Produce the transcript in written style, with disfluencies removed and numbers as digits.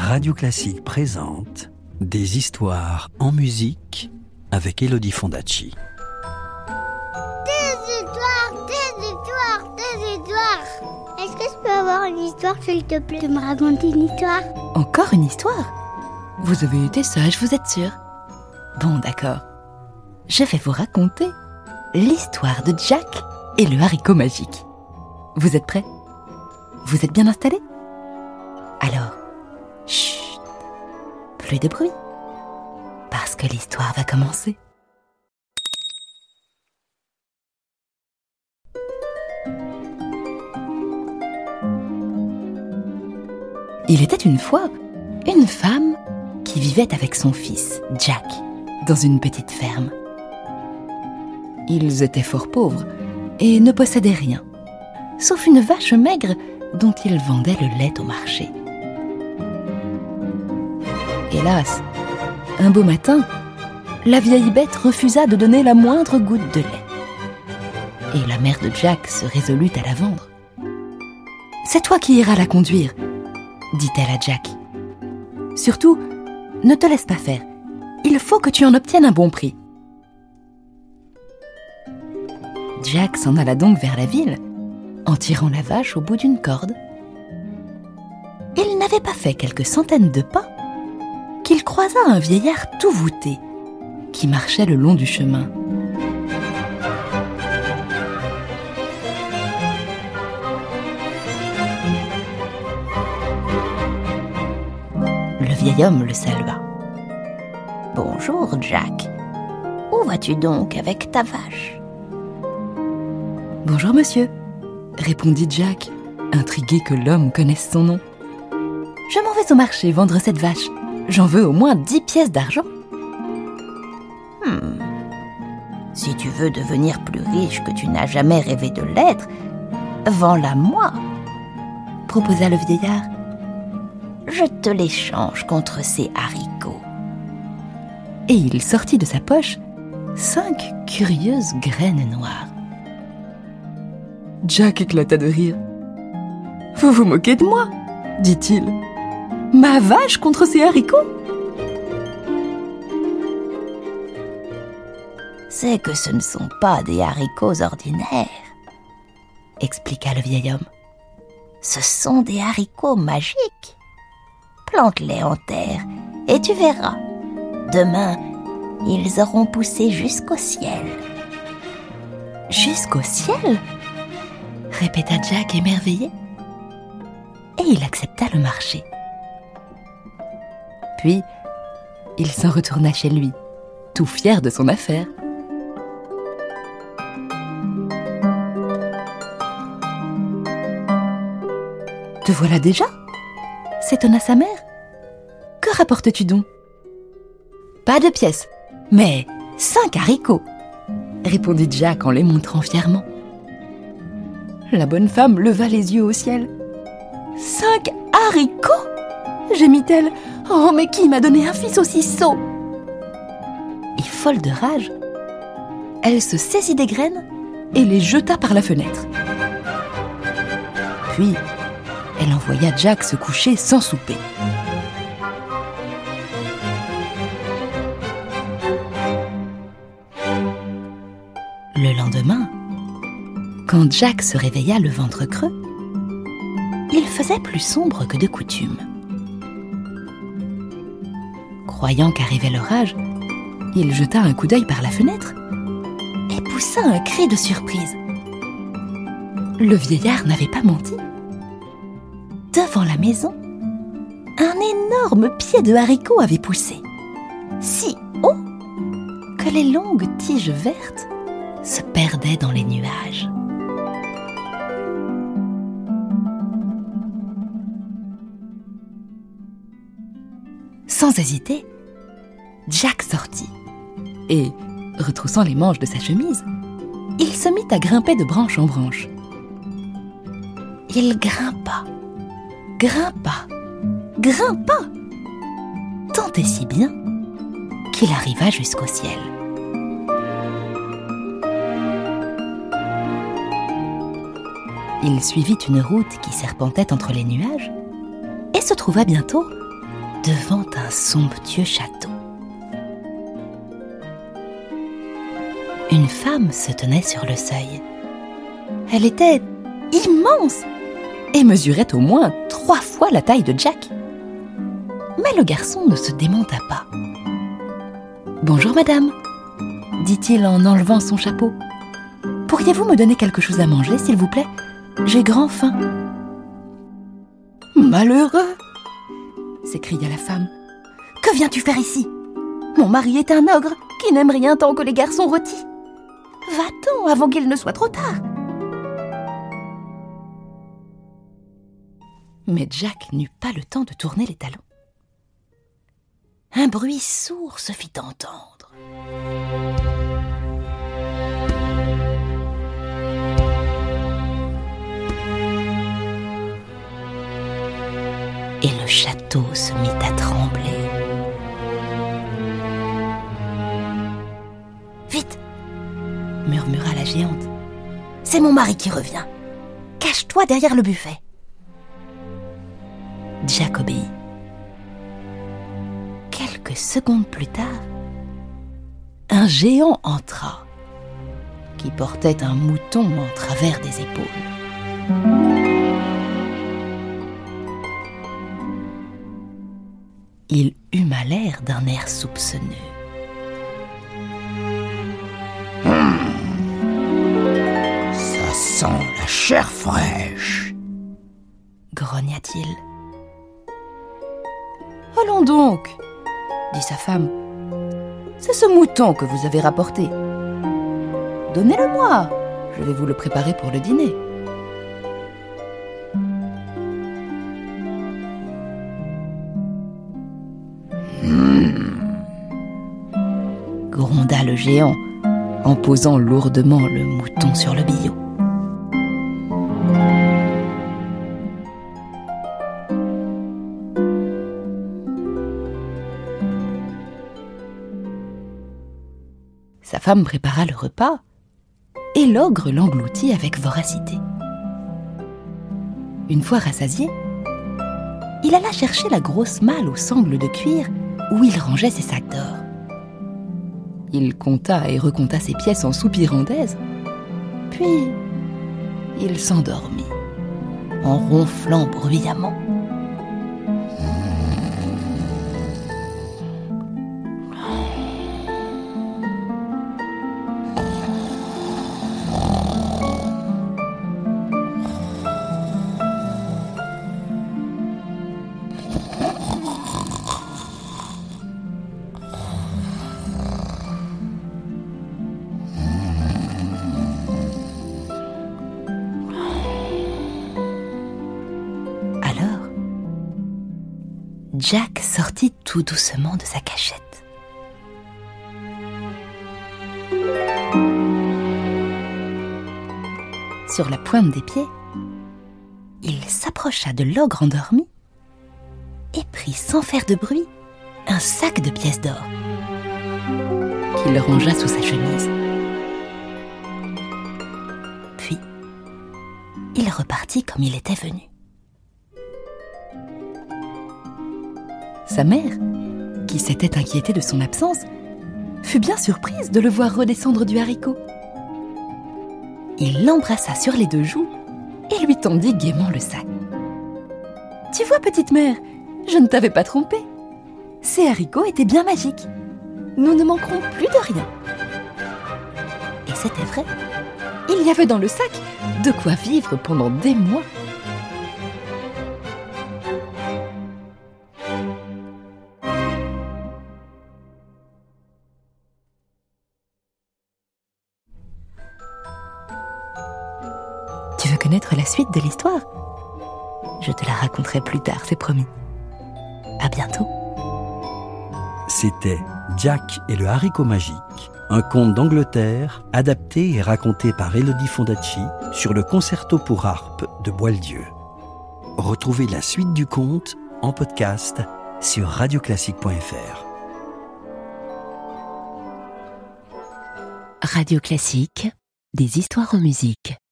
Radio Classique présente des histoires en musique avec Elodie Fondacci. Des histoires. Est-ce que je peux avoir une histoire, s'il te plaît, de me raconter une histoire? Encore une histoire? Vous avez été sage, vous êtes sûr? Bon, d'accord. Je vais vous raconter l'histoire de Jack et le haricot magique. Vous êtes prêts? Vous êtes bien installés? Alors, chut, plus de bruit, parce que l'histoire va commencer. Il était une fois une femme qui vivait avec son fils, Jack, dans une petite ferme. Ils étaient fort pauvres et ne possédaient rien, sauf une vache maigre dont ils vendaient le lait au marché. Hélas, un beau matin, la vieille bête refusa de donner la moindre goutte de lait. Et la mère de Jack se résolut à la vendre. « C'est toi qui iras la conduire », dit-elle à Jack. « Surtout, ne te laisse pas faire. Il faut que tu en obtiennes un bon prix. » Jack s'en alla donc vers la ville, en tirant la vache au bout d'une corde. Il n'avait pas fait quelques centaines de pas qu'il croisa un vieillard tout voûté qui marchait le long du chemin. Le vieil homme le salua. « Bonjour, Jack. Où vas-tu donc avec ta vache ?»« Bonjour, monsieur, » répondit Jack, intrigué que l'homme connaisse son nom. « Je m'en vais au marché vendre cette vache. J'en veux au moins 10 pièces d'argent. » Si tu veux devenir plus riche que tu n'as jamais rêvé de l'être, vends-la moi, proposa le vieillard. Je te l'échange contre ces haricots. Et il sortit de sa poche 5 curieuses graines noires. Jack éclata de rire. « Vous vous moquez de moi ?» dit-il. « Ma vache contre ces haricots ?» « C'est que ce ne sont pas des haricots ordinaires, » expliqua le vieil homme. « Ce sont des haricots magiques. Plante-les en terre et tu verras. Demain, ils auront poussé jusqu'au ciel. »« Jusqu'au ciel ?» répéta Jack émerveillé. Et il accepta le marché. Puis, il s'en retourna chez lui, tout fier de son affaire. « Te voilà déjà ?» s'étonna sa mère. « Que rapportes-tu donc ?»« Pas de pièces, mais 5 haricots !» répondit Jack en les montrant fièrement. La bonne femme leva les yeux au ciel. « 5 haricots !» gémit-elle. « Oh, mais qui m'a donné un fils aussi sot ?» Et folle de rage, elle se saisit des graines et les jeta par la fenêtre. Puis, elle envoya Jack se coucher sans souper. Le lendemain, quand Jack se réveilla le ventre creux, il faisait plus sombre que de coutume. Croyant qu'arrivait l'orage, il jeta un coup d'œil par la fenêtre et poussa un cri de surprise. Le vieillard n'avait pas menti. Devant la maison, un énorme pied de haricot avait poussé, si haut que les longues tiges vertes se perdaient dans les nuages. Sans hésiter, Jack sortit et, retroussant les manches de sa chemise, il se mit à grimper de branche en branche. Il grimpa, tant et si bien qu'il arriva jusqu'au ciel. Il suivit une route qui serpentait entre les nuages et se trouva bientôt devant un somptueux château. Une femme se tenait sur le seuil. Elle était immense et mesurait au moins 3 fois la taille de Jack. Mais le garçon ne se démonta pas. « Bonjour madame », dit-il en enlevant son chapeau. « Pourriez-vous me donner quelque chose à manger, s'il vous plaît ? J'ai grand faim. »« Malheureux !» s'écria la femme. « Que viens-tu faire ici ? Mon mari est un ogre qui n'aime rien tant que les garçons rôtis. Va-t'en avant qu'il ne soit trop tard. » Mais Jack n'eut pas le temps de tourner les talons. Un bruit sourd se fit entendre. Et le château se mit à trembler. « Vite !» murmura la géante. « C'est mon mari qui revient. Cache-toi derrière le buffet. » Jack obéit. Quelques secondes plus tard, un géant entra, qui portait un mouton en travers des épaules. Il huma l'air d'un air soupçonneux. Ça sent la chair fraîche, grogna-t-il. Allons donc, dit sa femme. C'est ce mouton que vous avez rapporté. Donnez-le-moi, je vais vous le préparer pour le dîner. Gronda le géant en posant lourdement le mouton sur le billot. Sa femme prépara le repas et l'ogre l'engloutit avec voracité. Une fois rassasié, il alla chercher la grosse malle aux sangles de cuir où il rangeait ses sacs d'or. Il compta et recompta ses pièces en soupirant d'aise, puis il s'endormit en ronflant bruyamment. Jack sortit tout doucement de sa cachette. Sur la pointe des pieds, il s'approcha de l'ogre endormi et prit sans faire de bruit un sac de pièces d'or qu'il rangea sous sa chemise. Puis, il repartit comme il était venu. Sa mère, qui s'était inquiétée de son absence, fut bien surprise de le voir redescendre du haricot. Il l'embrassa sur les 2 joues et lui tendit gaiement le sac. « Tu vois, petite mère, je ne t'avais pas trompée. Ces haricots étaient bien magiques. Nous ne manquerons plus de rien. » Et c'était vrai. Il y avait dans le sac de quoi vivre pendant des mois. Tu veux connaître la suite de l'histoire ? Je te la raconterai plus tard, c'est promis. À bientôt. C'était Jack et le haricot magique, un conte d'Angleterre adapté et raconté par Elodie Fondacci sur le concerto pour harpe de Boieldieu. Retrouvez la suite du conte en podcast sur radioclassique.fr. Radio Classique, des histoires en musique.